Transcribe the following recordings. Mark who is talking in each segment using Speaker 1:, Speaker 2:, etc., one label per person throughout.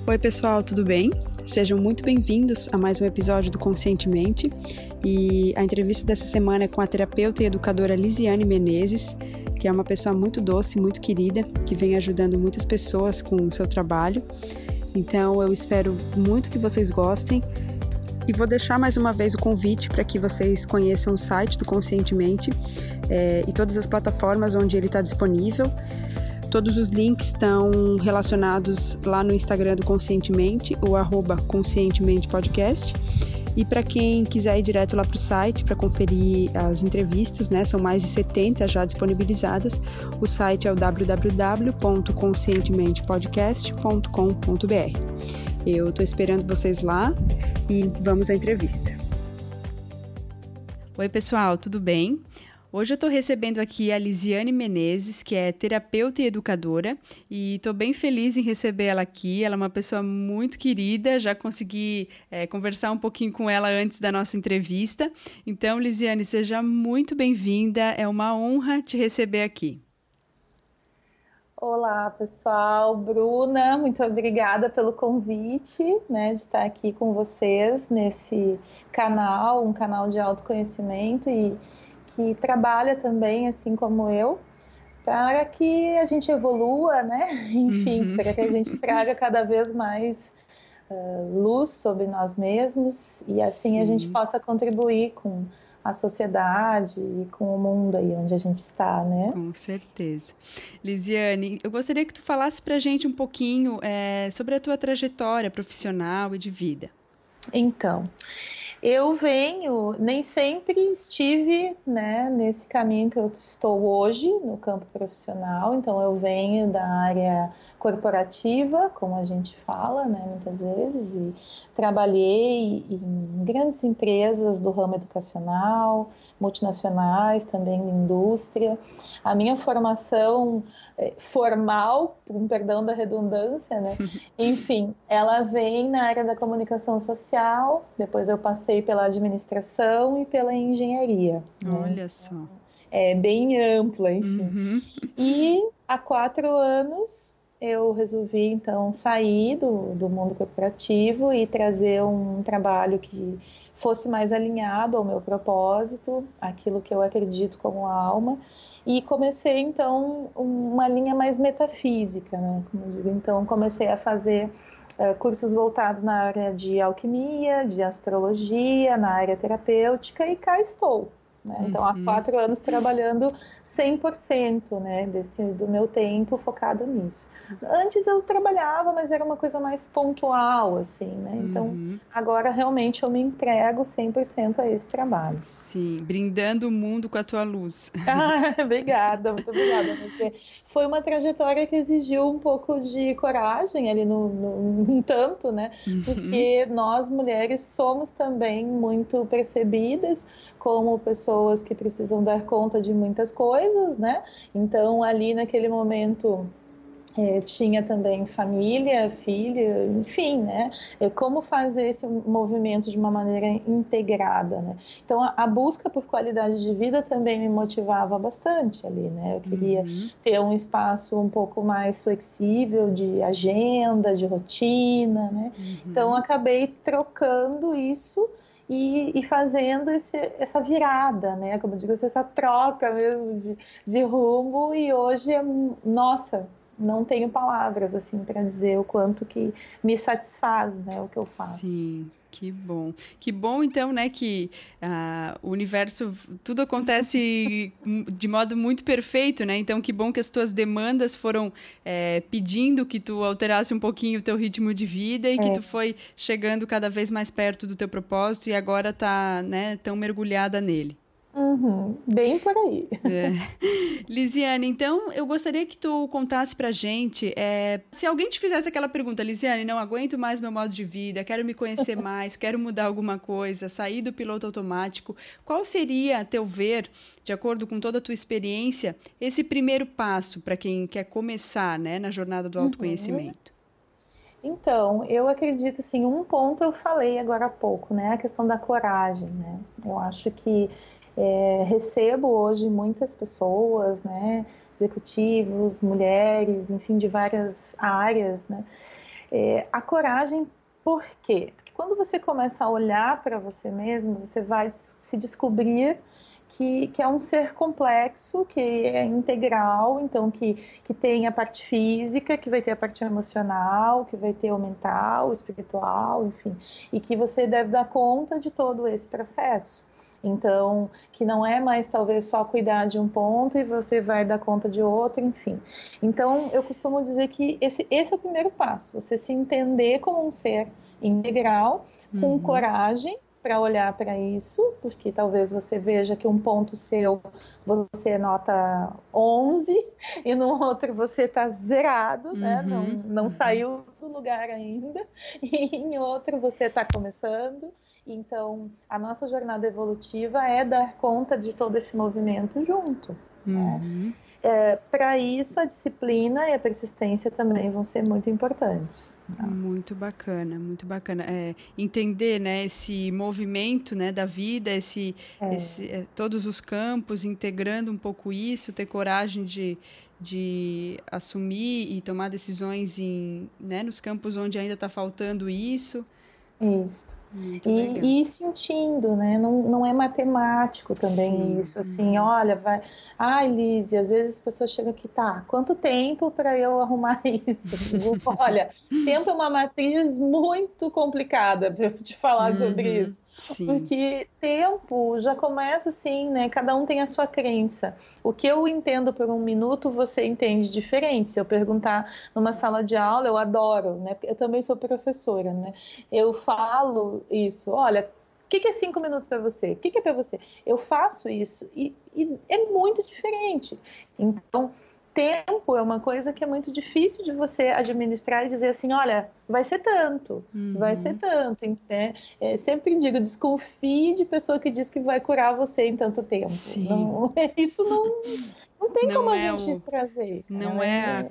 Speaker 1: Oi pessoal, tudo bem? Sejam muito bem-vindos a mais um episódio do Conscientemente, e a entrevista dessa semana é com a terapeuta e educadora Lisiane Menezes, que é uma pessoa muito doce, muito querida, que vem ajudando muitas pessoas com o seu trabalho. Então eu espero muito que vocês gostem e vou deixar mais uma vez o convite para que vocês conheçam o site do Conscientemente e todas as plataformas onde ele está disponível. Todos os links estão relacionados lá no Instagram do Conscientemente, o @conscientementepodcast. E para quem quiser ir direto lá para o site para conferir as entrevistas, né, são mais de 70 já disponibilizadas. O site é o www.conscientementepodcast.com.br. Eu estou esperando vocês lá e vamos à entrevista. Oi pessoal, tudo bem? Hoje eu estou recebendo aqui a Lisiane Menezes, que é terapeuta e educadora, e estou bem feliz em receber ela aqui. Ela é uma pessoa muito querida, já consegui conversar um pouquinho com ela antes da nossa entrevista. Então, Lisiane, seja muito bem-vinda, é uma honra te receber aqui.
Speaker 2: Olá, pessoal. Bruna, muito obrigada pelo convite, de estar aqui com vocês nesse canal, um canal de autoconhecimento e que trabalha também, assim como eu, para que a gente evolua, Enfim, para que a gente traga cada vez mais luz sobre nós mesmos e assim Sim. A gente possa contribuir com a sociedade e com o mundo aí onde a gente está, né?
Speaker 1: Com certeza. Lisiane, eu gostaria que tu falasse para a gente um pouquinho sobre a tua trajetória profissional e de vida.
Speaker 2: Então, eu nem sempre estive, nesse caminho que eu estou hoje, no campo profissional. Então, eu venho da área corporativa, como a gente fala, muitas vezes, e trabalhei em grandes empresas do ramo educacional, multinacionais, também da indústria. A minha formação formal, com perdão da redundância, Enfim, ela vem na área da comunicação social, depois eu passei pela administração e pela engenharia.
Speaker 1: Olha só.
Speaker 2: É bem ampla, enfim. E há 4 anos eu resolvi, então, sair do mundo corporativo e trazer um trabalho que fosse mais alinhado ao meu propósito, aquilo que eu acredito como alma, e comecei, então, uma linha mais metafísica, como eu digo. Então, comecei a fazer cursos voltados na área de alquimia, de astrologia, na área terapêutica, e cá estou. Então, há 4 anos trabalhando 100%, do meu tempo focado nisso. Antes eu trabalhava, mas era uma coisa mais pontual, assim, Então, agora realmente eu me entrego 100% a esse trabalho.
Speaker 1: Sim, brindando o mundo com a tua luz.
Speaker 2: Obrigada, muito obrigada. Porque foi uma trajetória que exigiu um pouco de coragem ali no tanto, Porque nós mulheres somos também muito percebidas como pessoas que precisam dar conta de muitas coisas, Então, ali naquele momento, tinha também família, filha, enfim, Como fazer esse movimento de uma maneira integrada, Então, a busca por qualidade de vida também me motivava bastante ali, Eu queria ter um espaço um pouco mais flexível de agenda, de rotina, Então, acabei trocando isso e fazendo essa virada, como eu digo, essa troca mesmo de rumo, e hoje nossa, não tenho palavras assim para dizer o quanto que me satisfaz, o que eu faço.
Speaker 1: Sim, que bom. Que bom, então, que o universo, tudo acontece de modo muito perfeito, Então, que bom que as tuas demandas foram pedindo que tu alterasse um pouquinho o teu ritmo de vida e que tu foi chegando cada vez mais perto do teu propósito e agora tá, tão mergulhada nele.
Speaker 2: Bem por aí.
Speaker 1: Lisiane, então eu gostaria que tu contasse pra gente, se alguém te fizesse aquela pergunta, Lisiane, não aguento mais meu modo de vida, quero me conhecer mais, quero mudar alguma coisa, sair do piloto automático, qual seria, a teu ver, de acordo com toda a tua experiência, esse primeiro passo para quem quer começar, na jornada do autoconhecimento?
Speaker 2: Então, eu acredito, assim, um ponto eu falei agora há pouco, a questão da coragem, Eu acho que recebo hoje muitas pessoas, executivos, mulheres, enfim, de várias áreas, A coragem, por quê? Porque quando você começa a olhar para você mesmo, você vai se descobrir que é um ser complexo, que é integral, então que tem a parte física, que vai ter a parte emocional, que vai ter o mental, o espiritual, enfim, e que você deve dar conta de todo esse processo. Então, que não é mais talvez só cuidar de um ponto e você vai dar conta de outro, enfim. Então, eu costumo dizer que esse é o primeiro passo, você se entender como um ser integral, com coragem, para olhar para isso, porque talvez você veja que um ponto seu você nota 11 e no outro você está zerado, né? Não saiu do lugar ainda, e em outro você está começando. Então, a nossa jornada evolutiva é dar conta de todo esse movimento junto. Né? Para isso, a disciplina e a persistência também vão ser muito importantes.
Speaker 1: Muito bacana, muito bacana. Entender, né, esse movimento, né, da vida, todos os campos, integrando um pouco isso, ter coragem de assumir e tomar decisões né, nos campos onde ainda está faltando isso.
Speaker 2: Isso. E ir sentindo, né? Não é matemático também. Sim. Isso, assim, olha, vai. Ai, Lise, às vezes as pessoas chegam aqui, tá, quanto tempo para eu arrumar isso? Olha, tempo é uma matriz muito complicada para eu te falar sobre isso. Sim. Porque tempo já começa assim, né? Cada um tem a sua crença. O que eu entendo por um minuto, você entende diferente. Se eu perguntar numa sala de aula, eu adoro, né? Eu também sou professora, né? Eu falo isso, olha, o que é 5 minutos para você? O que é para você? Eu faço isso e é muito diferente. Então, tempo é uma coisa que é muito difícil de você administrar e dizer assim, olha, vai ser tanto, vai ser tanto. Né? Sempre digo, desconfie de pessoa que diz que vai curar você em tanto tempo. Não, isso não tem como a gente trazer. Cara.
Speaker 1: Não é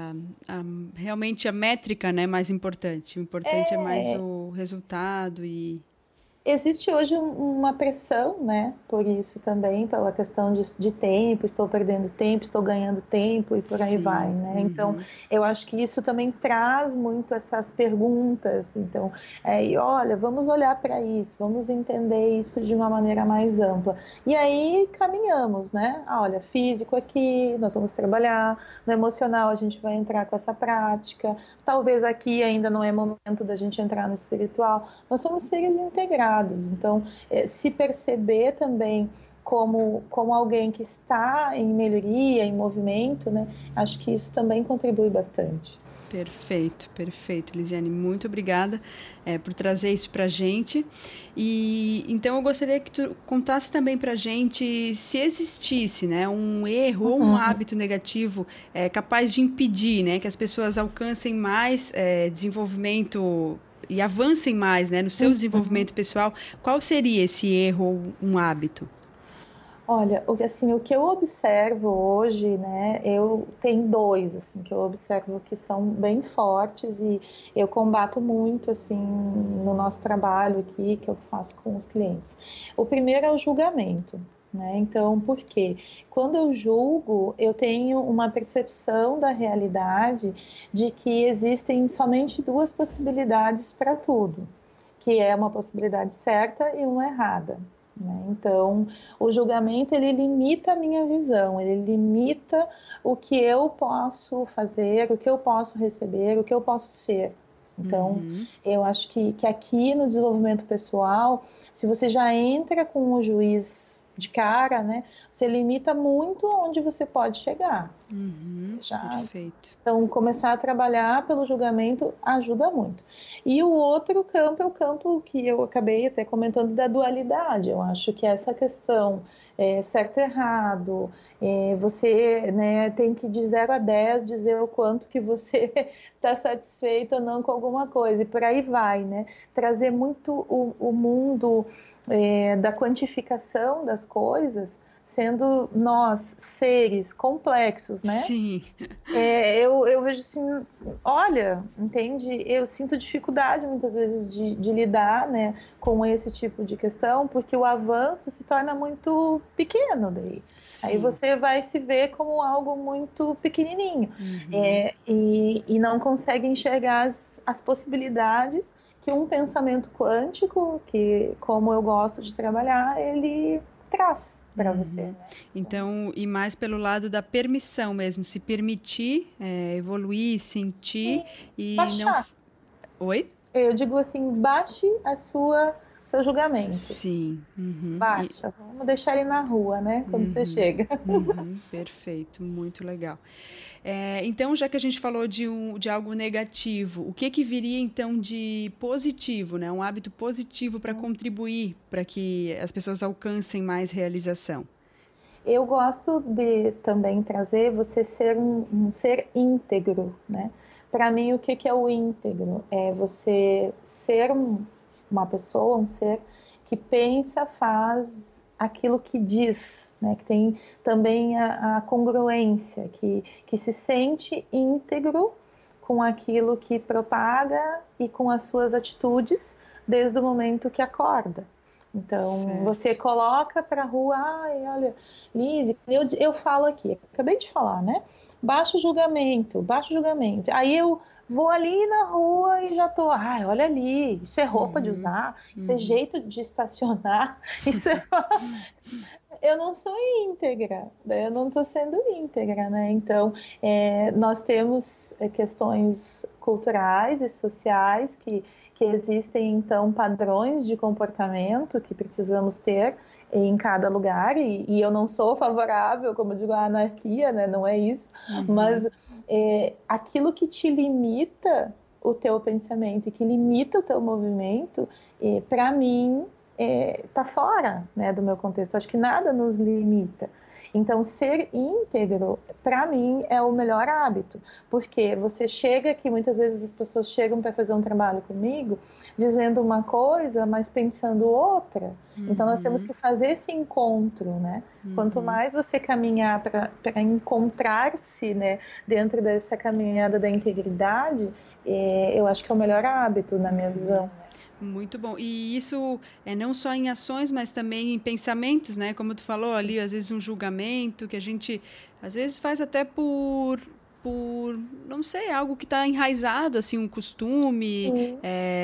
Speaker 1: realmente a métrica, né, mais importante. O importante é mais o resultado e...
Speaker 2: Existe hoje uma pressão, né, por isso também, pela questão de tempo, estou perdendo tempo, estou ganhando tempo e por aí vai, né? Então, eu acho que isso também traz muito essas perguntas. Então, e olha, vamos olhar para isso, vamos entender isso de uma maneira mais ampla. E aí caminhamos, né? Olha, físico aqui, nós vamos trabalhar, no emocional a gente vai entrar com essa prática, talvez aqui ainda não é momento da gente entrar no espiritual. Nós somos seres integrados. Então, se perceber também como alguém que está em melhoria, em movimento, né? Acho que isso também contribui bastante.
Speaker 1: Perfeito, perfeito, Lisiane. Muito obrigada por trazer isso para a gente. E então eu gostaria que tu contasse também para a gente se existisse, né, um erro ou um hábito negativo capaz de impedir, né, que as pessoas alcancem mais desenvolvimento e avancem mais, né, no seu desenvolvimento pessoal. Qual seria esse erro ou um hábito?
Speaker 2: Olha, o que eu observo hoje, né, eu tenho 2, assim, que eu observo que são bem fortes e eu combato muito, assim, no nosso trabalho aqui, que eu faço com os clientes. O primeiro é o julgamento. Né? Então, por quê? Quando eu julgo, eu tenho uma percepção da realidade de que existem somente 2 possibilidades para tudo, que é uma possibilidade certa e uma errada. Né? Então, o julgamento, ele limita a minha visão, ele limita o que eu posso fazer, o que eu posso receber, o que eu posso ser. Então, eu acho que aqui no desenvolvimento pessoal, se você já entra com o juiz de cara, né, você limita muito onde você pode chegar.
Speaker 1: Perfeito.
Speaker 2: Então, começar a trabalhar pelo julgamento ajuda muito. E o outro campo é o campo que eu acabei até comentando da dualidade. Eu acho que essa questão certo e errado, você, né, tem que de 0 a 10 dizer o quanto que você está satisfeito ou não com alguma coisa, e por aí vai, né? Trazer muito o mundo da quantificação das coisas, sendo nós seres complexos, né?
Speaker 1: Sim.
Speaker 2: Eu vejo assim, olha, entende? Eu sinto dificuldade muitas vezes de lidar, né, com esse tipo de questão, porque o avanço se torna muito pequeno daí. Sim. Aí você vai se ver como algo muito pequenininho. E e não consegue enxergar as possibilidades que um pensamento quântico, que como eu gosto de trabalhar, ele traz para você. Né?
Speaker 1: Então, e mais pelo lado da permissão mesmo, se permitir evoluir, sentir e
Speaker 2: baixar.
Speaker 1: Não... Oi?
Speaker 2: Eu digo assim, baixe seu julgamento.
Speaker 1: Sim.
Speaker 2: Baixa. Vamos deixar ele na rua, né? Quando você chega.
Speaker 1: Perfeito, muito legal. Então, já que a gente falou de algo negativo, o que viria então de positivo, né? Um hábito positivo para contribuir para que as pessoas alcancem mais realização?
Speaker 2: Eu gosto de também trazer você ser um ser íntegro, né? Para mim, o que é o íntegro? É você ser uma pessoa, um ser que pensa, faz aquilo que diz, né? Que tem também a congruência, que se sente íntegro com aquilo que propaga e com as suas atitudes desde o momento que acorda. Então, certo. Você coloca para a rua, olha, Lise, eu falo aqui, acabei de falar, né? Baixo julgamento. Aí eu vou ali na rua e já tô, olha ali, isso é roupa de usar, isso é jeito de estacionar, isso é... Eu não sou íntegra, né? Eu não estou sendo íntegra, né? Então, nós temos questões culturais e sociais que existem, então, padrões de comportamento que precisamos ter em cada lugar, e eu não sou favorável, como eu digo, à anarquia, né? Não é isso, mas aquilo que te limita o teu pensamento e que limita o teu movimento, para mim, tá fora, né, do meu contexto. Acho que nada nos limita. Então, ser íntegro, para mim, é o melhor hábito, porque você chega aqui, muitas vezes as pessoas chegam para fazer um trabalho comigo, dizendo uma coisa, mas pensando outra. Então, nós temos que fazer esse encontro, né? Quanto mais você caminhar para encontrar-se, né, dentro dessa caminhada da integridade, eu acho que é o melhor hábito, na minha visão.
Speaker 1: Muito bom. E isso é não só em ações, mas também em pensamentos, né? Como tu falou ali, às vezes um julgamento que a gente, às vezes, faz até por não sei, algo que está enraizado, assim, um costume,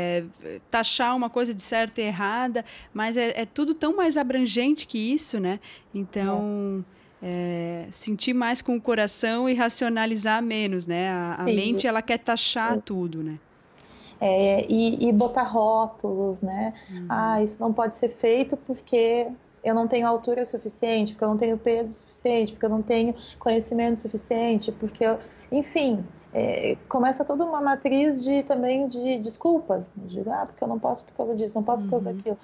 Speaker 1: taxar uma coisa de certa e errada, mas é tudo tão mais abrangente que isso, né? Então... sentir mais com o coração e racionalizar menos, né? A mente, ela quer taxar tudo, né?
Speaker 2: E botar rótulos, né? Isso não pode ser feito porque eu não tenho altura suficiente, porque eu não tenho peso suficiente, porque eu não tenho conhecimento suficiente, porque enfim, começa toda uma matriz também de desculpas. Eu digo, porque eu não posso por causa disso, não posso por causa daquilo.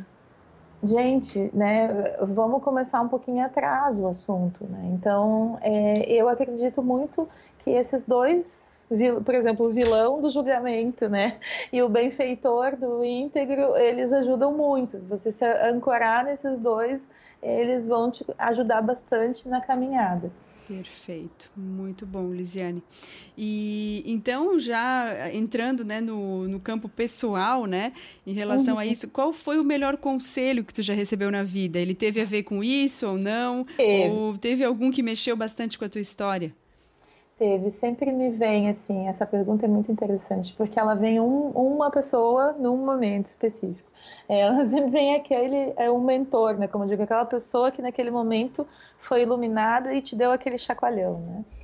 Speaker 2: Gente, né, vamos começar um pouquinho atrás o assunto, né? Então, eu acredito muito que esses dois, por exemplo, o vilão do julgamento, né, e o benfeitor do íntegro, eles ajudam muito. Se você se ancorar nesses dois, eles vão te ajudar bastante na caminhada.
Speaker 1: Perfeito, muito bom, Lisiane. E então, já entrando, né, no campo pessoal, né, em relação a isso, qual foi o melhor conselho que tu já recebeu na vida? Ele teve a ver com isso ou não? Ou teve algum que mexeu bastante com a tua história?
Speaker 2: Teve, sempre me vem assim, essa pergunta é muito interessante, porque ela vem uma pessoa num momento específico. Ela sempre vem um mentor, né, como eu digo, aquela pessoa que naquele momento foi iluminada e te deu aquele chacoalhão,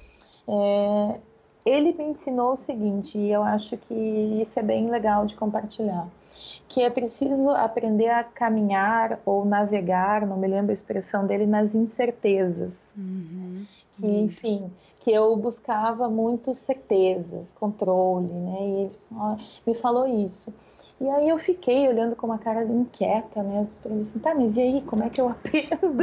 Speaker 2: né. Ele me ensinou o seguinte, e eu acho que isso é bem legal de compartilhar, que é preciso aprender a caminhar ou navegar, não me lembro a expressão dele, nas incertezas. Que, enfim, que eu buscava muito certezas, controle, né? E ele me falou isso. E aí eu fiquei olhando com uma cara inquieta, né? Eu disse pra ele assim, mas e aí, como é que eu aprendo?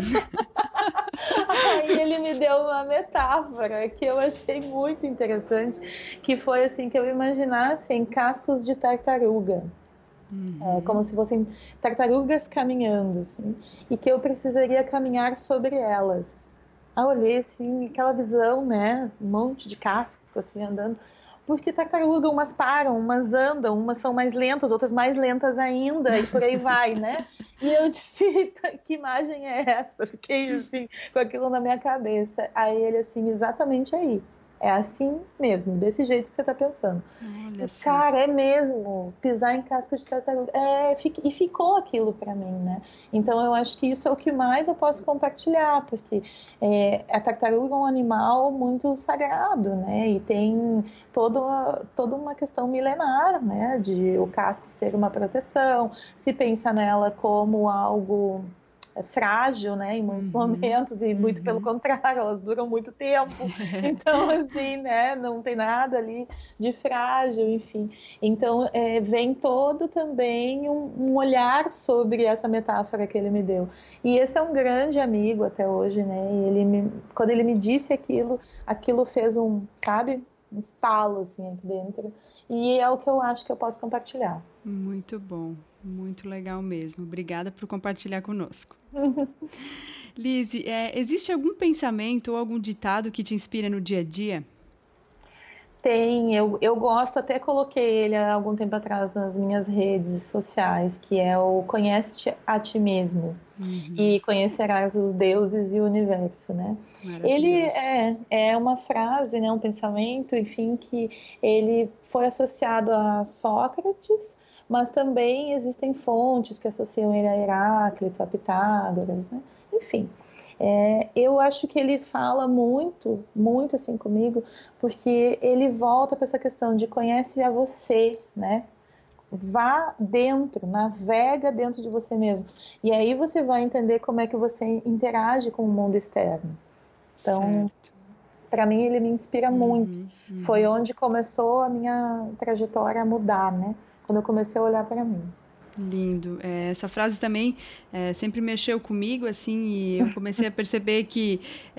Speaker 2: Aí ele me deu uma metáfora que eu achei muito interessante, que foi assim, que eu imaginasse em cascos de tartaruga. Como se fossem tartarugas caminhando, assim, e que eu precisaria caminhar sobre elas. Eu olhei assim, aquela visão, né? Um monte de casco, assim, andando. Porque tartaruga, umas param, umas andam, umas são mais lentas, outras mais lentas ainda, e por aí vai, né? E eu disse, que imagem é essa? Fiquei assim, com aquilo na minha cabeça. Aí ele assim, exatamente aí. é assim mesmo, desse jeito que você está pensando.
Speaker 1: Olha só.
Speaker 2: Cara, é mesmo, pisar em casca de tartaruga. E ficou aquilo para mim, né? Então eu acho que isso é o que mais eu posso compartilhar, porque a tartaruga é um animal muito sagrado, né? E tem toda uma questão milenar, né? De o casco ser uma proteção, se pensa nela como algo frágil, né, em muitos momentos, e muito pelo contrário, elas duram muito tempo. Então, assim, né, não tem nada ali de frágil, enfim. Então, vem todo também um olhar sobre essa metáfora que ele me deu. E esse é um grande amigo até hoje, né, e quando ele me disse aquilo fez um estalo, assim, aqui dentro. E é o que eu acho que eu posso compartilhar.
Speaker 1: Muito bom, muito legal mesmo. Obrigada por compartilhar conosco. Lise, existe algum pensamento ou algum ditado que te inspira no dia a dia?
Speaker 2: Tem, eu gosto, até coloquei ele há algum tempo atrás nas minhas redes sociais, que é o conhece-te a ti mesmo e conhecerás os deuses e o universo, né? Ele é uma frase, né, um pensamento, enfim, que ele foi associado a Sócrates, mas também existem fontes que associam ele a Heráclito, a Pitágoras, né? Enfim. Eu acho que ele fala muito, muito assim comigo, porque ele volta para essa questão de conhece a você, né? Vá dentro, navega dentro de você mesmo. E aí você vai entender como é que você interage com o mundo externo. Então, para mim, ele me inspira muito. Foi onde começou a minha trajetória a mudar, né? Quando eu comecei a olhar para mim.
Speaker 1: Lindo. Essa frase também sempre mexeu comigo, assim, e eu comecei a perceber que,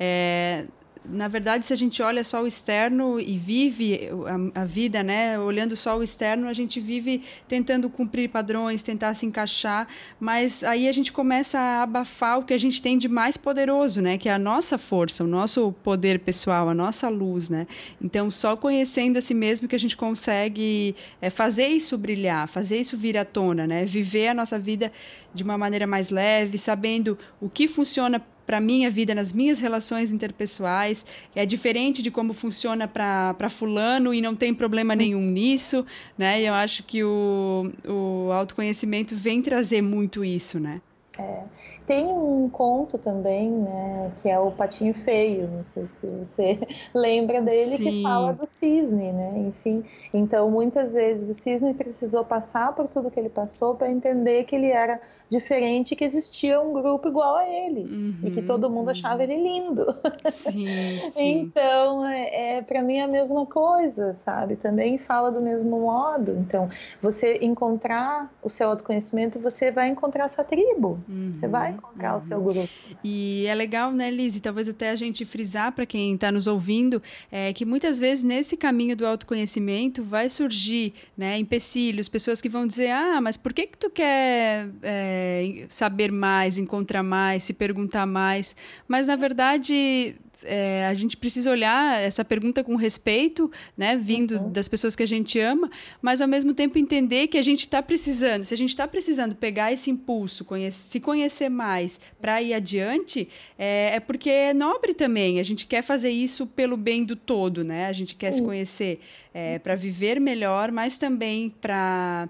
Speaker 1: na verdade, se a gente olha só o externo e vive a vida, né, olhando só o externo, a gente vive tentando cumprir padrões, tentar se encaixar, mas aí a gente começa a abafar o que a gente tem de mais poderoso, né, que é a nossa força, o nosso poder pessoal, a nossa luz, né? Então, só conhecendo a si mesmo que a gente consegue fazer isso brilhar, fazer isso vir à tona, né? Viver a nossa vida de uma maneira mais leve, sabendo o que funciona para a minha vida, nas minhas relações interpessoais, é diferente de como funciona para fulano e não tem problema nenhum nisso, né? E eu acho que o autoconhecimento vem trazer muito isso, né?
Speaker 2: Tem um conto também, né, que é o Patinho Feio, não sei se você lembra dele, que fala do cisne, né, enfim. Então, muitas vezes, o cisne precisou passar por tudo que ele passou para entender que ele era diferente, que existia um grupo igual a ele, e que todo mundo achava ele lindo.
Speaker 1: Sim.
Speaker 2: Então, para mim é a mesma coisa, sabe? Também fala do mesmo modo. Então, você encontrar o seu autoconhecimento, você vai encontrar a sua tribo, você vai encontrar o seu grupo.
Speaker 1: E é legal, né, Liz? E talvez até a gente frisar para quem está nos ouvindo, que muitas vezes nesse caminho do autoconhecimento vai surgir, né, empecilhos, pessoas que vão dizer, mas por que tu quer saber mais, encontrar mais, se perguntar mais? Mas, na verdade, a gente precisa olhar essa pergunta com respeito, né, vindo das pessoas que a gente ama, mas ao mesmo tempo entender que a gente está precisando, se a gente está precisando pegar esse impulso, se conhecer mais para ir adiante, é porque é nobre também, a gente quer fazer isso pelo bem do todo, né? A gente quer se conhecer para viver melhor, mas também para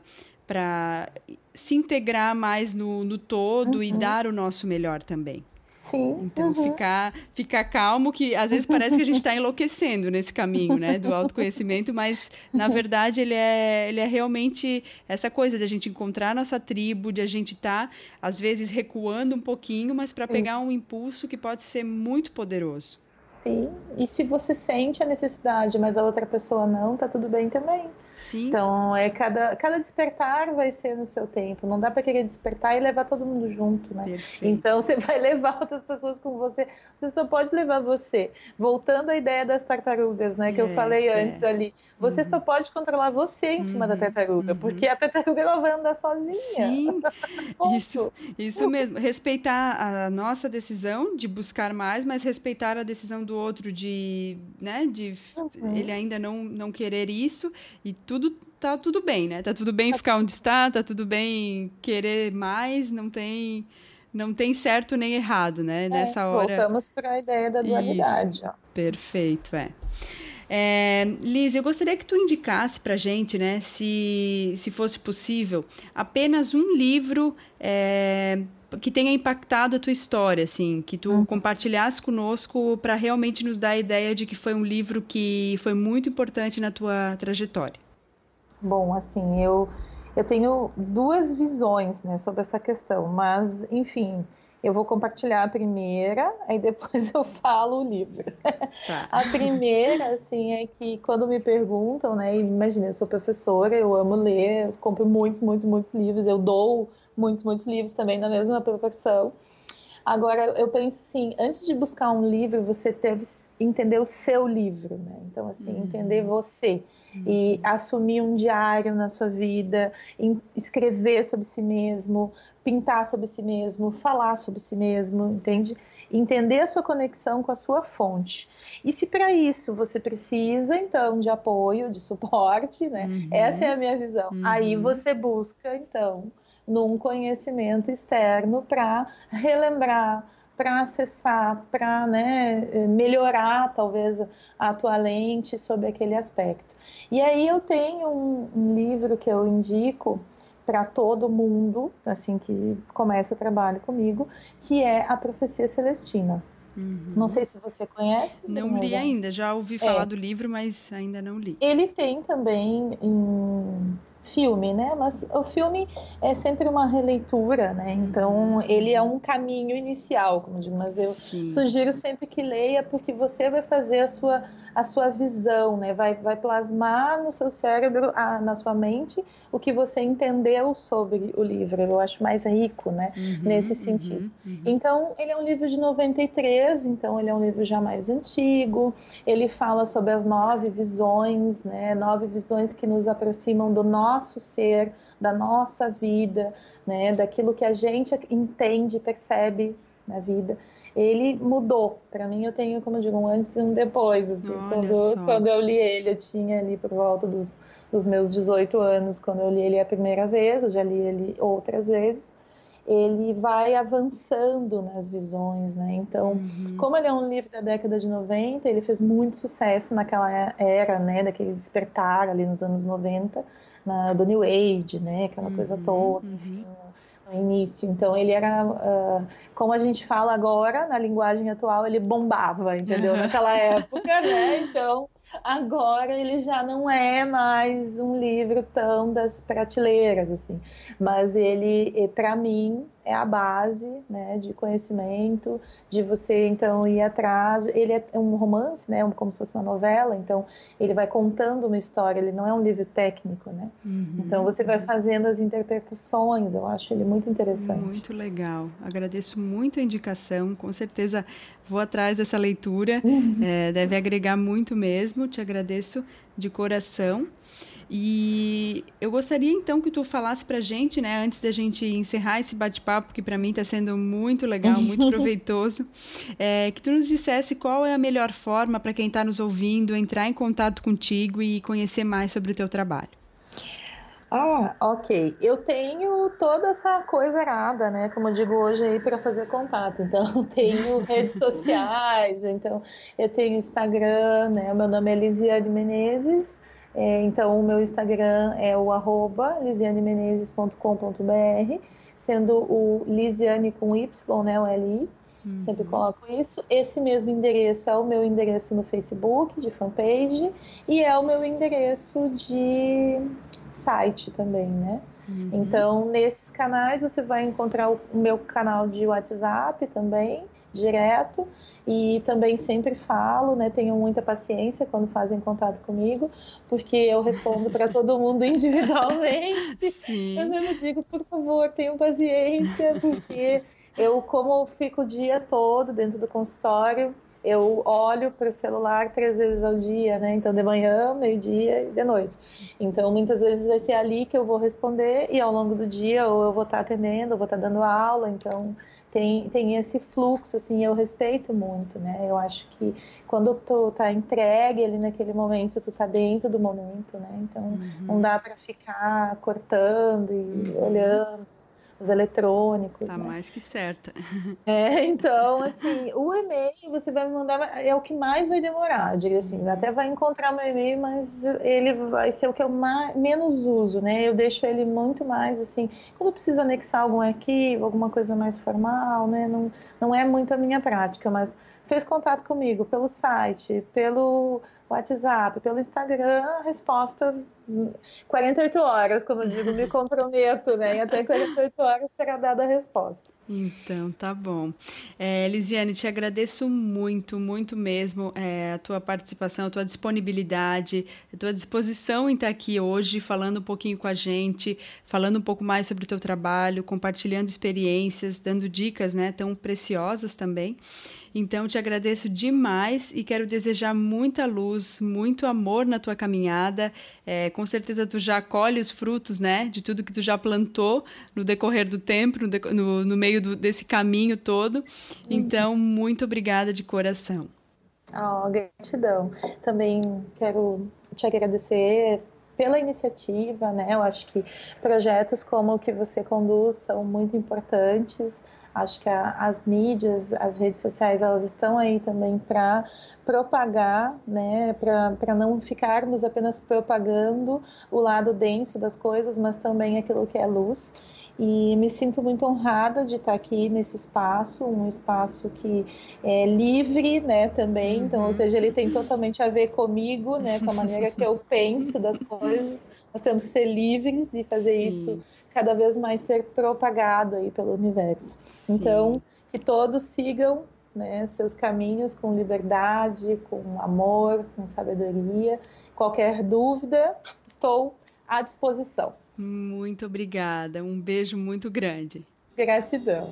Speaker 1: se integrar mais no todo e dar o nosso melhor também.
Speaker 2: Sim.
Speaker 1: Então, ficar calmo, que às vezes parece que a gente está enlouquecendo nesse caminho, né, do autoconhecimento, mas, na verdade, ele é realmente essa coisa de a gente encontrar a nossa tribo, de a gente estar, às vezes, recuando um pouquinho, mas para pegar um impulso que pode ser muito poderoso.
Speaker 2: Sim, e se você sente a necessidade, mas a outra pessoa não, tá tudo bem também.
Speaker 1: Sim.
Speaker 2: Então, cada despertar vai ser no seu tempo. Não dá para querer despertar e levar todo mundo junto, né?
Speaker 1: Perfeito.
Speaker 2: Então, você vai levar outras pessoas com você. Você só pode levar você. Voltando à ideia das tartarugas, né? Que eu falei antes ali. Você só pode controlar você em cima da tartaruga. Porque a tartaruga, ela vai andar sozinha.
Speaker 1: Sim, isso mesmo. Respeitar a nossa decisão de buscar mais, mas respeitar a decisão do outro de ele ainda não querer isso, e tá tudo bem, né? Tá tudo bem ficar onde está, tá tudo bem querer mais, não tem certo nem errado, né? Nessa hora.
Speaker 2: Voltamos para a ideia da dualidade.
Speaker 1: Isso, perfeito, Liz, eu gostaria que tu indicasse para a gente, né, se fosse possível, apenas um livro que tenha impactado a tua história, assim, que tu compartilhasse conosco para realmente nos dar a ideia de que foi um livro que foi muito importante na tua trajetória.
Speaker 2: Bom, assim, eu tenho duas visões, né, sobre essa questão, mas, enfim, eu vou compartilhar a primeira, aí depois eu falo o livro.
Speaker 1: Tá.
Speaker 2: A primeira, assim, é que quando me perguntam, né, imagina, eu sou professora, eu amo ler, eu compro muitos, muitos, muitos livros, eu dou muitos, muitos livros também na mesma proporção. Agora, eu penso assim, antes de buscar um livro, você deve entender o seu livro, né? Então, assim, entender você e assumir um diário na sua vida, escrever sobre si mesmo, pintar sobre si mesmo, falar sobre si mesmo, entende? Entender a sua conexão com a sua fonte. E se para isso você precisa, então, de apoio, de suporte, né? Essa é a minha visão. Aí você busca, então, num conhecimento externo para relembrar, para acessar, para, né, melhorar talvez a tua lente sobre aquele aspecto. E aí eu tenho um livro que eu indico para todo mundo, assim que começa o trabalho comigo, que é A Profecia Celestina. Não sei se você conhece,
Speaker 1: Não li
Speaker 2: Bruna.
Speaker 1: ainda, já ouvi falar do livro, mas ainda não li.
Speaker 2: Ele tem também em filme, né? Mas o filme é sempre uma releitura, né? Então ele é um caminho inicial, como eu digo, mas eu
Speaker 1: Sim.
Speaker 2: sugiro sempre que leia, porque você vai fazer a sua visão, né? Vai plasmar no seu cérebro, na sua mente, o que você entendeu sobre o livro. Eu acho mais rico, né? Nesse sentido. Então, ele é um livro de 93, então ele é um livro já mais antigo. Ele fala sobre as 9 visões, né? 9 visões que nos aproximam do nosso ser, da nossa vida, né? Daquilo que a gente entende, percebe na vida. Ele mudou. Para mim, eu tenho, como eu digo, um antes e um depois. Assim, quando eu li ele, eu tinha ali por volta dos meus 18 anos, quando eu li ele a primeira vez, eu já li ele outras vezes. Ele vai avançando nas visões, né? Então, como ele é um livro da década de 90, ele fez muito sucesso naquela era, né? Daquele despertar ali nos anos 90, do New Age, né? Aquela coisa toda, enfim, no início. Então, ele era, como a gente fala agora, na linguagem atual, ele bombava, entendeu? Naquela época, né? Então, agora ele já não é mais um livro tão das prateleiras, assim. Mas ele, para mim, é a base, né, de conhecimento, de você, então, ir atrás. Ele é um romance, né, como se fosse uma novela, então ele vai contando uma história, ele não é um livro técnico, né? Então você vai fazendo as interpretações, eu acho ele muito interessante.
Speaker 1: Muito legal, agradeço muito a indicação, com certeza vou atrás dessa leitura, deve agregar muito mesmo, te agradeço de coração. E eu gostaria então que tu falasse pra gente, né, antes da gente encerrar esse bate-papo, que para mim está sendo muito legal, muito proveitoso, que tu nos dissesse qual é a melhor forma para quem está nos ouvindo entrar em contato contigo e conhecer mais sobre o teu trabalho.
Speaker 2: Ok. Eu tenho toda essa coisa errada, né? Como eu digo hoje aí, para fazer contato. Então, tenho redes sociais, então eu tenho Instagram, né? Meu nome é Lisiane Menezes. Então, o meu Instagram é o @lisianemenezes.com.br, sendo o Lisiane com Y, né? O L-I. Sempre coloco isso. Esse mesmo endereço é o meu endereço no Facebook, de fanpage, e é o meu endereço de site também, né? Então, nesses canais você vai encontrar o meu canal de WhatsApp também, direto, e também sempre falo, né? Tenham muita paciência quando fazem contato comigo, porque eu respondo para todo mundo individualmente.
Speaker 1: Sim.
Speaker 2: Eu mesmo digo, por favor, tenham paciência, porque eu, como fico o dia todo dentro do consultório, eu olho para o celular 3 vezes ao dia, né? Então, de manhã, meio-dia e de noite. Então, muitas vezes vai ser ali que eu vou responder e ao longo do dia ou eu vou estar atendendo, ou vou estar dando aula. Então, tem esse fluxo, assim, eu respeito muito, né? Eu acho que quando tu tá entregue ali naquele momento, tu tá dentro do momento, né? Então, não dá para ficar cortando e olhando. os eletrônicos.
Speaker 1: Tá,
Speaker 2: né?
Speaker 1: Mais que certa.
Speaker 2: Então, assim, o e-mail você vai me mandar, é o que mais vai demorar, eu diria assim, até vai encontrar meu e-mail, mas ele vai ser o que eu menos uso, né? Eu deixo ele muito mais, assim, quando eu preciso anexar algum arquivo, alguma coisa mais formal, né? Não é muito a minha prática, mas fez contato comigo pelo site, pelo WhatsApp, pelo Instagram, a resposta 48 horas, como eu digo, me comprometo, né? E até 48 horas será dada a resposta.
Speaker 1: Então, tá bom. Lisiane, te agradeço muito, muito mesmo a tua participação, a tua disponibilidade, a tua disposição em estar aqui hoje, falando um pouquinho com a gente, falando um pouco mais sobre o teu trabalho, compartilhando experiências, dando dicas, né, tão preciosas também. Então, te agradeço demais e quero desejar muita luz, muito amor na tua caminhada. Com certeza tu já colhe os frutos, né, de tudo que tu já plantou no decorrer do tempo, no meio desse caminho todo. Então, muito obrigada de coração.
Speaker 2: Gratidão. Também quero te agradecer pela iniciativa, né? Eu acho que projetos como o que você conduz são muito importantes. Acho que as mídias, as redes sociais, elas estão aí também para propagar, né? Para não ficarmos apenas propagando o lado denso das coisas, mas também aquilo que é luz. E me sinto muito honrada de estar aqui nesse espaço, um espaço que é livre, né, também, então, ou seja, ele tem totalmente a ver comigo, né, com a maneira que eu penso das coisas. Nós temos que ser livres e fazer isso cada vez mais ser propagado aí pelo universo. Sim. Então, que todos sigam, né, seus caminhos com liberdade, com amor, com sabedoria. Qualquer dúvida, estou à disposição.
Speaker 1: Muito obrigada, um beijo muito grande.
Speaker 2: Gratidão.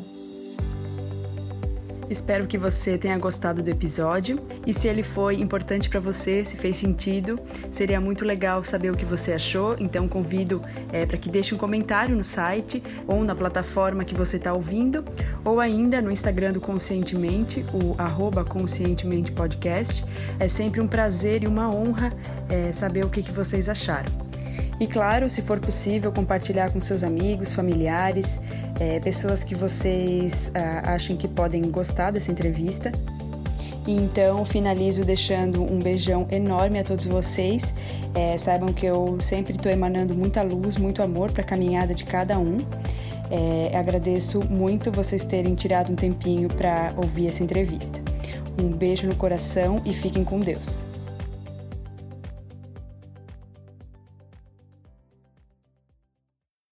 Speaker 1: Espero que você tenha gostado do episódio e se ele foi importante para você, se fez sentido, seria muito legal saber o que você achou, então convido para que deixe um comentário no site ou na plataforma que você está ouvindo ou ainda no Instagram do Conscientemente, o @conscientementepodcast. É sempre um prazer e uma honra saber o que vocês acharam. E claro, se for possível, compartilhar com seus amigos, familiares, pessoas que vocês achem que podem gostar dessa entrevista. E então, finalizo deixando um beijão enorme a todos vocês. Saibam que eu sempre estou emanando muita luz, muito amor para a caminhada de cada um. Agradeço muito vocês terem tirado um tempinho para ouvir essa entrevista. Um beijo no coração e fiquem com Deus.